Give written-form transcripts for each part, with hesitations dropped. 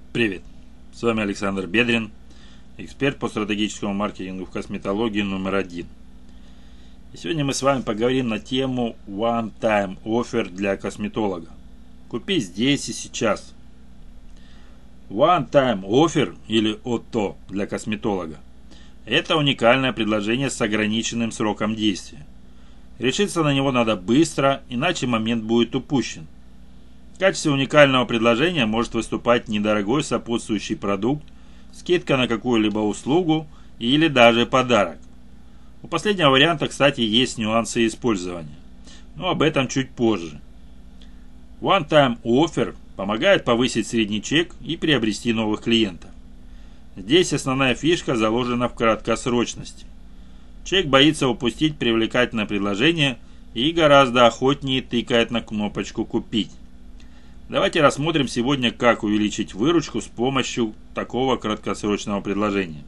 Привет, с вами Александр Бедрин, эксперт по стратегическому маркетингу в косметологии номер 1. И сегодня мы с вами поговорим на тему One Time Offer для косметолога. Купи здесь и сейчас. One Time Offer или ОТО для косметолога – это уникальное предложение с ограниченным сроком действия. Решиться на него надо быстро, иначе момент будет упущен. В качестве уникального предложения может выступать недорогой сопутствующий продукт, скидка на какую-либо услугу или даже подарок. У последнего варианта, кстати, есть нюансы использования, но об этом чуть позже. One Time Offer помогает повысить средний чек и приобрести новых клиентов. Здесь основная фишка заложена в краткосрочности. Человек боится упустить привлекательное предложение и гораздо охотнее тыкает на кнопочку «Купить». Давайте рассмотрим сегодня, как увеличить выручку с помощью такого краткосрочного предложения.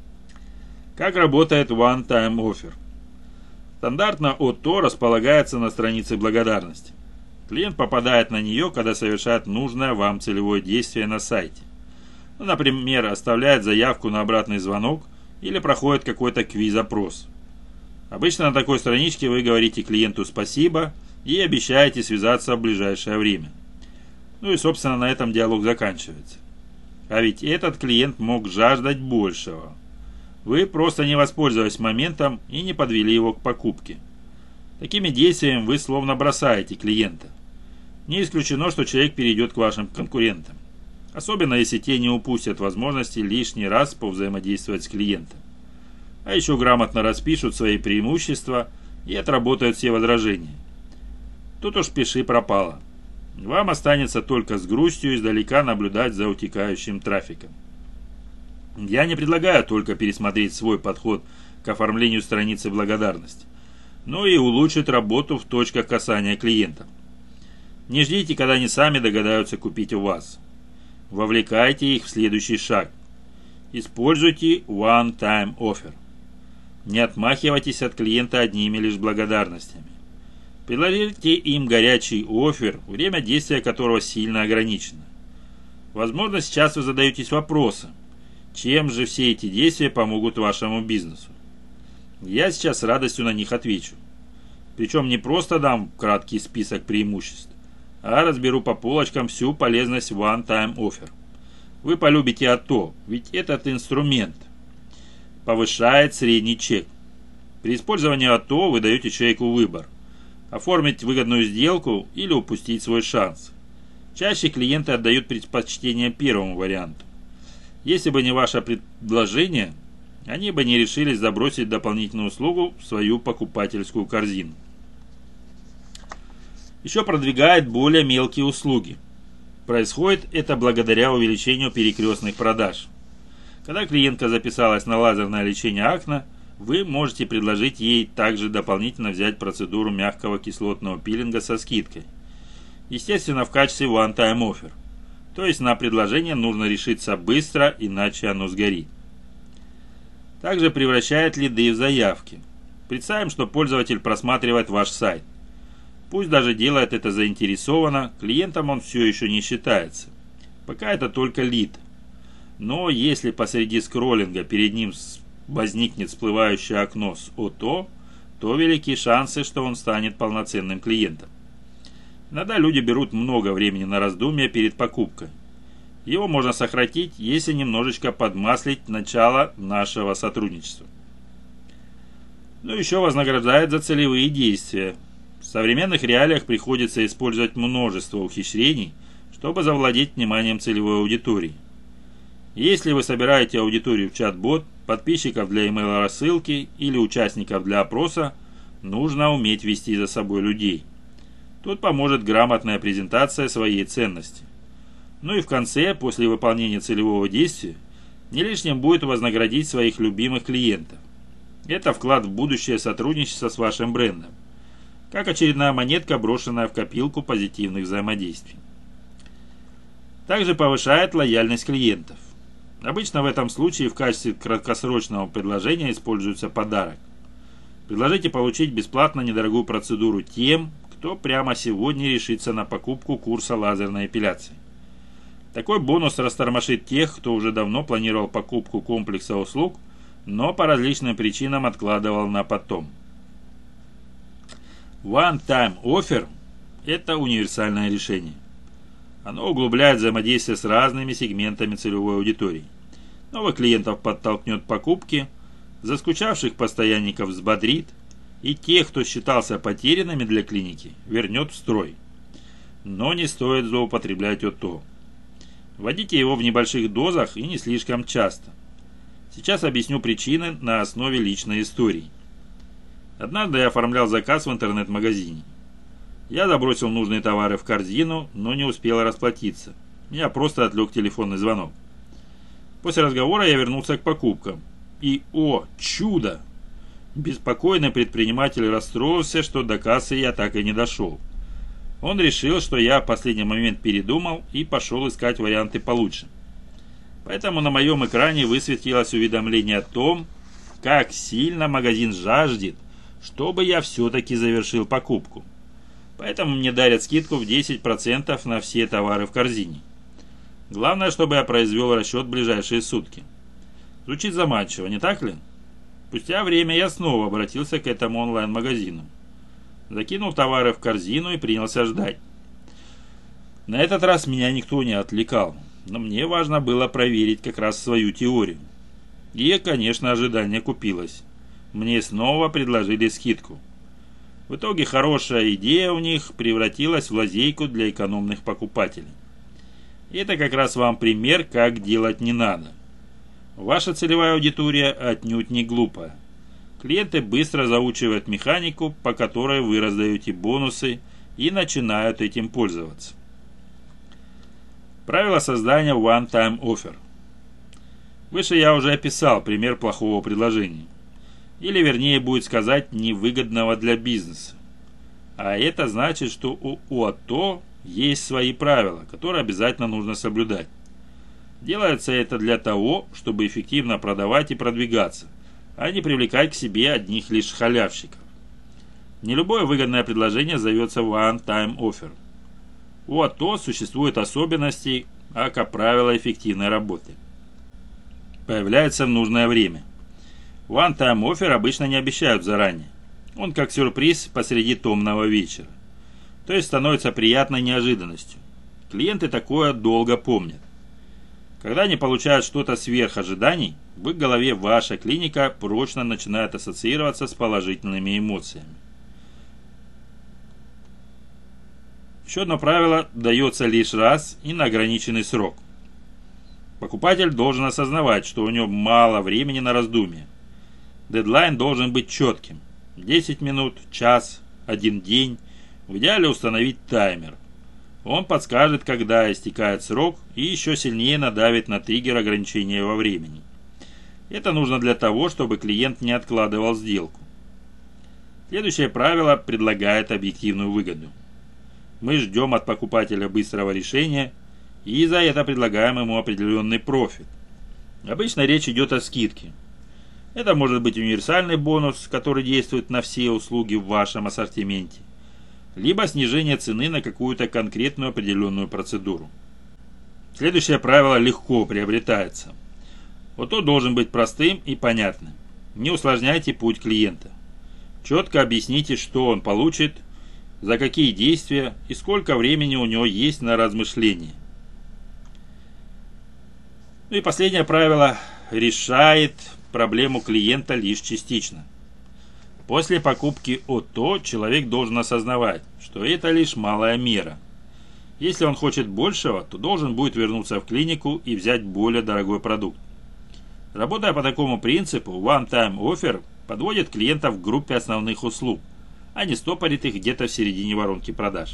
Как работает One Time Offer? Стандартно ОТО располагается на странице благодарности. Клиент попадает на нее, когда совершает нужное вам целевое действие на сайте. Например, оставляет заявку на обратный звонок или проходит какой-то квиз-опрос. Обычно на такой страничке вы говорите клиенту спасибо и обещаете связаться в ближайшее время. Ну и, собственно, на этом диалог заканчивается. А ведь этот клиент мог жаждать большего. Вы просто не воспользовались моментом и не подвели его к покупке. Такими действиями вы словно бросаете клиента. Не исключено, что человек перейдет к вашим конкурентам. Особенно, если те не упустят возможности лишний раз повзаимодействовать с клиентом. А еще грамотно распишут свои преимущества и отработают все возражения. Тут уж пиши пропало. Вам останется только с грустью издалека наблюдать за утекающим трафиком. Я не предлагаю только пересмотреть свой подход к оформлению страницы благодарности, но и улучшить работу в точках касания клиентов. Не ждите, когда они сами догадаются купить у вас. Вовлекайте их в следующий шаг. Используйте One Time Offer. Не отмахивайтесь от клиента одними лишь благодарностями. Предложите им горячий оффер, время действия которого сильно ограничено. Возможно, сейчас вы задаетесь вопросом, чем же все эти действия помогут вашему бизнесу. Я сейчас с радостью на них отвечу. Причем не просто дам краткий список преимуществ, а разберу по полочкам всю полезность One Time Offer. Вы полюбите ОТО, ведь этот инструмент повышает средний чек. При использовании ОТО вы даете человеку выбор: оформить выгодную сделку или упустить свой шанс. Чаще клиенты отдают предпочтение первому варианту. Если бы не ваше предложение, они бы не решились забросить дополнительную услугу в свою покупательскую корзину. Еще продвигает более мелкие услуги. Происходит это благодаря увеличению перекрестных продаж. Когда клиентка записалась на лазерное лечение акне, вы можете предложить ей также дополнительно взять процедуру мягкого кислотного пилинга со скидкой. Естественно, в качестве One Time Offer. То есть на предложение нужно решиться быстро, иначе оно сгорит. Также превращает лиды в заявки. Представим, что пользователь просматривает ваш сайт. Пусть даже делает это заинтересованно, клиентом он все еще не считается. Пока это только лид. Но если посреди скроллинга перед ним возникнет всплывающее окно с ОТО, то велики шансы, что он станет полноценным клиентом. Иногда люди берут много времени на раздумья перед покупкой. Его можно сократить, если немножечко подмаслить начало нашего сотрудничества. Но еще вознаграждает за целевые действия. В современных реалиях приходится использовать множество ухищрений, чтобы завладеть вниманием целевой аудитории. Если вы собираете аудиторию в чат-бот, подписчиков для email-рассылки или участников для опроса, нужно уметь вести за собой людей. Тут поможет грамотная презентация своей ценности. Ну и в конце, после выполнения целевого действия, не лишним будет вознаградить своих любимых клиентов. Это вклад в будущее сотрудничество с вашим брендом. Как очередная монетка, брошенная в копилку позитивных взаимодействий. Также повышает лояльность клиентов. Обычно в этом случае в качестве краткосрочного предложения используется подарок. Предложите получить бесплатно недорогую процедуру тем, кто прямо сегодня решится на покупку курса лазерной эпиляции. Такой бонус растормошит тех, кто уже давно планировал покупку комплекса услуг, но по различным причинам откладывал на потом. One-time offer – это универсальное решение. Оно углубляет взаимодействие с разными сегментами целевой аудитории. Новых клиентов подтолкнет к покупке, заскучавших постоянников взбодрит, и тех, кто считался потерянными для клиники, вернет в строй. Но не стоит злоупотреблять ОТО. Вводите его в небольших дозах и не слишком часто. Сейчас объясню причины на основе личной истории. Однажды я оформлял заказ в интернет-магазине. Я забросил нужные товары в корзину, но не успел расплатиться. Меня просто отвлек телефонный звонок. После разговора я вернулся к покупкам. И, о, чудо! Беспокойный предприниматель расстроился, что до кассы я так и не дошел. Он решил, что я в последний момент передумал и пошел искать варианты получше. Поэтому на моем экране высветилось уведомление о том, как сильно магазин жаждет, чтобы я все-таки завершил покупку. Поэтому мне дарят скидку в 10% на все товары в корзине. Главное, чтобы я произвел расчет в ближайшие сутки. Звучит заманчиво, не так ли? Спустя время я снова обратился к этому онлайн-магазину. Закинул товары в корзину и принялся ждать. На этот раз меня никто не отвлекал, но мне важно было проверить как раз свою теорию. И, конечно, ожидание купилось. Мне снова предложили скидку. В итоге хорошая идея у них превратилась в лазейку для экономных покупателей. И это как раз вам пример, как делать не надо. Ваша целевая аудитория отнюдь не глупая. Клиенты быстро заучивают механику, по которой вы раздаете бонусы, и начинают этим пользоваться. Правило создания One-Time Offer. Выше я уже описал пример плохого предложения. Или вернее будет сказать, невыгодного для бизнеса. А это значит, что у ОТО есть свои правила, которые обязательно нужно соблюдать. Делается это для того, чтобы эффективно продавать и продвигаться, а не привлекать к себе одних лишь халявщиков. Не любое выгодное предложение зовется One-Time Offer. У ОТО существуют особенности, как правило эффективной работы. Появляется в нужное время. One-Time Offer обычно не обещают заранее. Он как сюрприз посреди томного вечера. То есть становится приятной неожиданностью. Клиенты такое долго помнят. Когда они получают что-то сверх ожиданий, в их голове ваша клиника прочно начинает ассоциироваться с положительными эмоциями. Еще одно правило дается лишь раз и на ограниченный срок. Покупатель должен осознавать, что у него мало времени на раздумье. Дедлайн должен быть четким. 10 минут, час, 1 день. В идеале установить таймер. Он подскажет, когда истекает срок, и еще сильнее надавит на триггер ограничения во времени. Это нужно для того, чтобы клиент не откладывал сделку. Следующее правило предлагает объективную выгоду. Мы ждем от покупателя быстрого решения, и за это предлагаем ему определенный профит. Обычно речь идет о скидке. Это может быть универсальный бонус, который действует на все услуги в вашем ассортименте, либо снижение цены на какую-то конкретную определенную процедуру. Следующее правило легко приобретается. ОТО должен быть простым и понятным. Не усложняйте путь клиента. Четко объясните, что он получит, за какие действия и сколько времени у него есть на размышление. Ну и последнее правило решает проблему клиента лишь частично. После покупки ОТО человек должен осознавать, что это лишь малая мера. Если он хочет большего, то должен будет вернуться в клинику и взять более дорогой продукт. Работая по такому принципу, One-Time Offer подводит клиентов к группе основных услуг, а не стопорит их где-то в середине воронки продаж.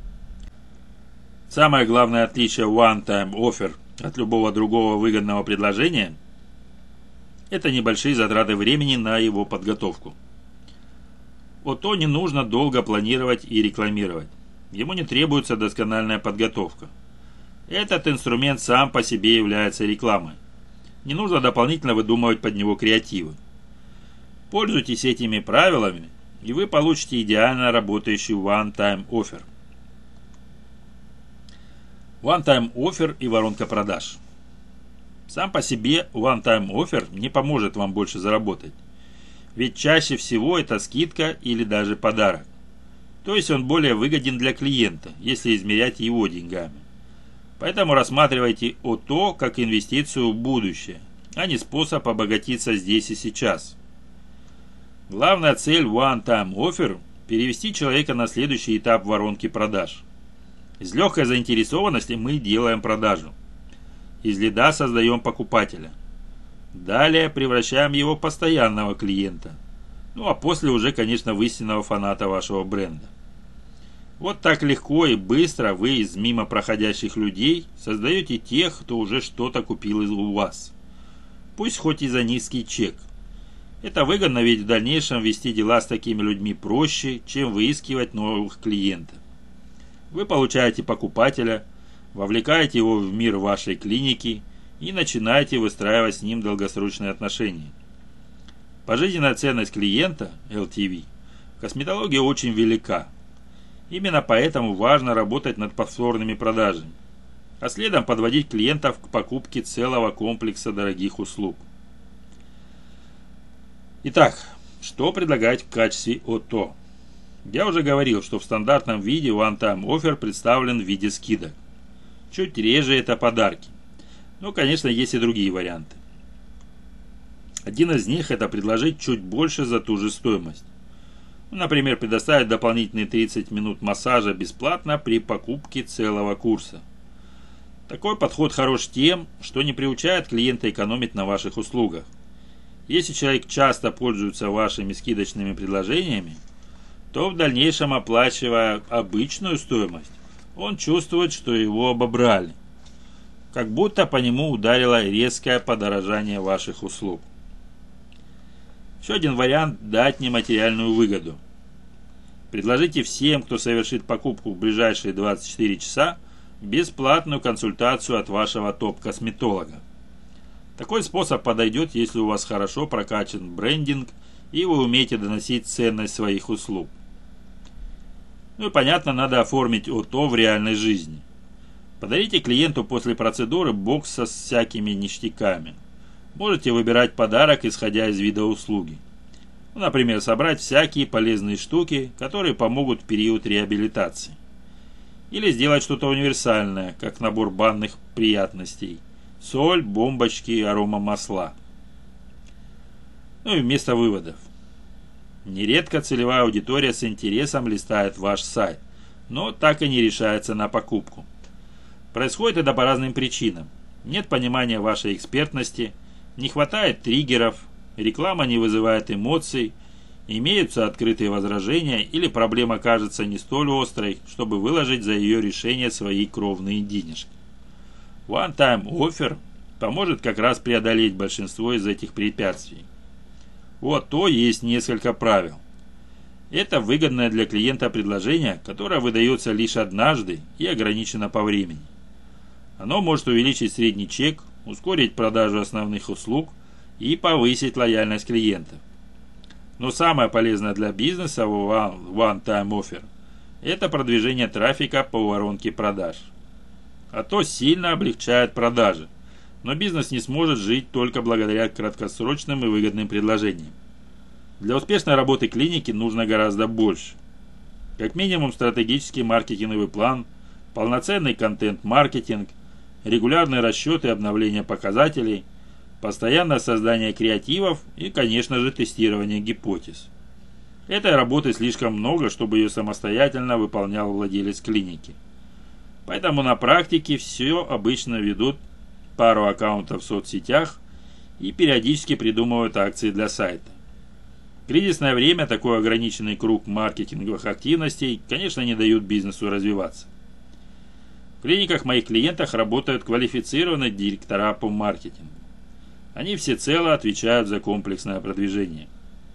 Самое главное отличие One-Time Offer от любого другого выгодного предложения – это небольшие затраты времени на его подготовку. ОТО не нужно долго планировать и рекламировать. Ему не требуется доскональная подготовка. Этот инструмент сам по себе является рекламой. Не нужно дополнительно выдумывать под него креативы. Пользуйтесь этими правилами, и вы получите идеально работающий One-Time Offer. One-time offer и воронка продаж. Сам по себе one-time offer не поможет вам больше заработать. Ведь чаще всего это скидка или даже подарок. То есть он более выгоден для клиента, если измерять его деньгами. Поэтому рассматривайте ОТО как инвестицию в будущее, а не способ обогатиться здесь и сейчас. Главная цель one-time offer – перевести человека на следующий этап воронки продаж. Из легкой заинтересованности мы делаем продажу. Из лида создаем покупателя. Далее превращаем его в постоянного клиента. Ну а после уже, конечно, в истинного фаната вашего бренда. Вот так легко и быстро вы из мимо проходящих людей создаете тех, кто уже что-то купил у вас. Пусть хоть и за низкий чек. Это выгодно, ведь в дальнейшем вести дела с такими людьми проще, чем выискивать новых клиентов. Вы получаете покупателя, вовлекаете его в мир вашей клиники и начинаете выстраивать с ним долгосрочные отношения. Пожизненная ценность клиента, LTV, в косметологии очень велика. Именно поэтому важно работать над повторными продажами, а следом подводить клиентов к покупке целого комплекса дорогих услуг. Итак, что предлагать в качестве ОТО? Я уже говорил, что в стандартном виде one-time offer представлен в виде скидок. Чуть реже это подарки. Но, конечно, есть и другие варианты. Один из них – это предложить чуть больше за ту же стоимость. Например, предоставить дополнительные 30 минут массажа бесплатно при покупке целого курса. Такой подход хорош тем, что не приучает клиента экономить на ваших услугах. Если человек часто пользуется вашими скидочными предложениями, то в дальнейшем, оплачивая обычную стоимость, он чувствует, что его обобрали. Как будто по нему ударило резкое подорожание ваших услуг. Еще один вариант – дать нематериальную выгоду. Предложите всем, кто совершит покупку в ближайшие 24 часа, бесплатную консультацию от вашего топ-косметолога. Такой способ подойдет, если у вас хорошо прокачан брендинг и вы умеете доносить ценность своих услуг. Ну и понятно, надо оформить ОТО в реальной жизни. Подарите клиенту после процедуры бокс со всякими ништяками. Можете выбирать подарок, исходя из вида услуги. Например, собрать всякие полезные штуки, которые помогут в период реабилитации. Или сделать что-то универсальное, как набор банных приятностей. Соль, бомбочки, аромамасла. Ну и вместо выводов. Нередко целевая аудитория с интересом листает ваш сайт, но так и не решается на покупку. Происходит это по разным причинам. Нет понимания вашей экспертности, не хватает триггеров, реклама не вызывает эмоций, имеются открытые возражения или проблема кажется не столь острой, чтобы выложить за ее решение свои кровные денежки. One-time offer поможет как раз преодолеть большинство из этих препятствий. Вот то есть несколько правил. Это выгодное для клиента предложение, которое выдается лишь однажды и ограничено по времени. Оно может увеличить средний чек, ускорить продажу основных услуг и повысить лояльность клиентов. Но самое полезное для бизнеса в one-time offer – это продвижение трафика по воронке продаж. А то сильно облегчает продажи, но бизнес не сможет жить только благодаря краткосрочным и выгодным предложениям. Для успешной работы клиники нужно гораздо больше. Как минимум стратегический маркетинговый план, полноценный контент-маркетинг, регулярные расчеты и обновление показателей, постоянное создание креативов и, конечно же, тестирование гипотез. Этой работы слишком много, чтобы ее самостоятельно выполнял владелец клиники. Поэтому на практике все обычно ведут пару аккаунтов в соцсетях и периодически придумывают акции для сайта. В кризисное время такой ограниченный круг маркетинговых активностей, конечно, не дают бизнесу развиваться. В клиниках моих клиентов работают квалифицированные директора по маркетингу. Они всецело отвечают за комплексное продвижение.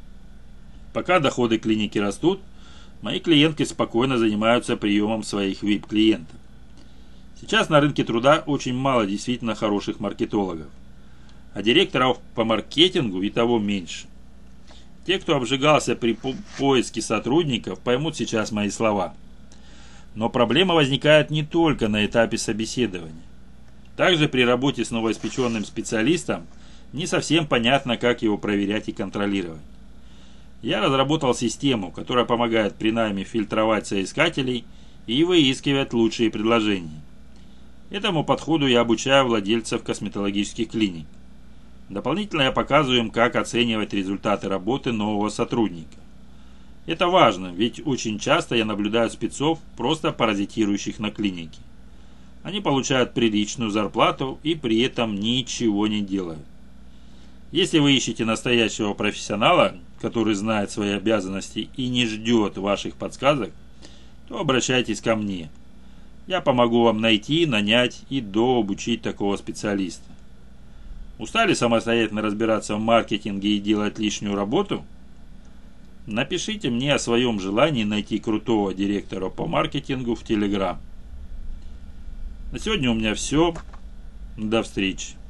Пока доходы клиники растут, мои клиентки спокойно занимаются приемом своих VIP-клиентов. Сейчас на рынке труда очень мало действительно хороших маркетологов, а директоров по маркетингу и того меньше. Те, кто обжигался при поиске сотрудников, поймут сейчас мои слова. Но проблема возникает не только на этапе собеседования. Также при работе с новоиспеченным специалистом не совсем понятно, как его проверять и контролировать. Я разработал систему, которая помогает при найме фильтровать соискателей и выискивать лучшие предложения. Этому подходу я обучаю владельцев косметологических клиник. Дополнительно я показываю им, как оценивать результаты работы нового сотрудника. Это важно, ведь очень часто я наблюдаю спецов, просто паразитирующих на клинике. Они получают приличную зарплату и при этом ничего не делают. Если вы ищете настоящего профессионала, который знает свои обязанности и не ждет ваших подсказок, то обращайтесь ко мне. Я помогу вам найти, нанять и дообучить такого специалиста. Устали самостоятельно разбираться в маркетинге и делать лишнюю работу? Напишите мне о своем желании найти крутого директора по маркетингу в Telegram. На сегодня у меня все. До встречи.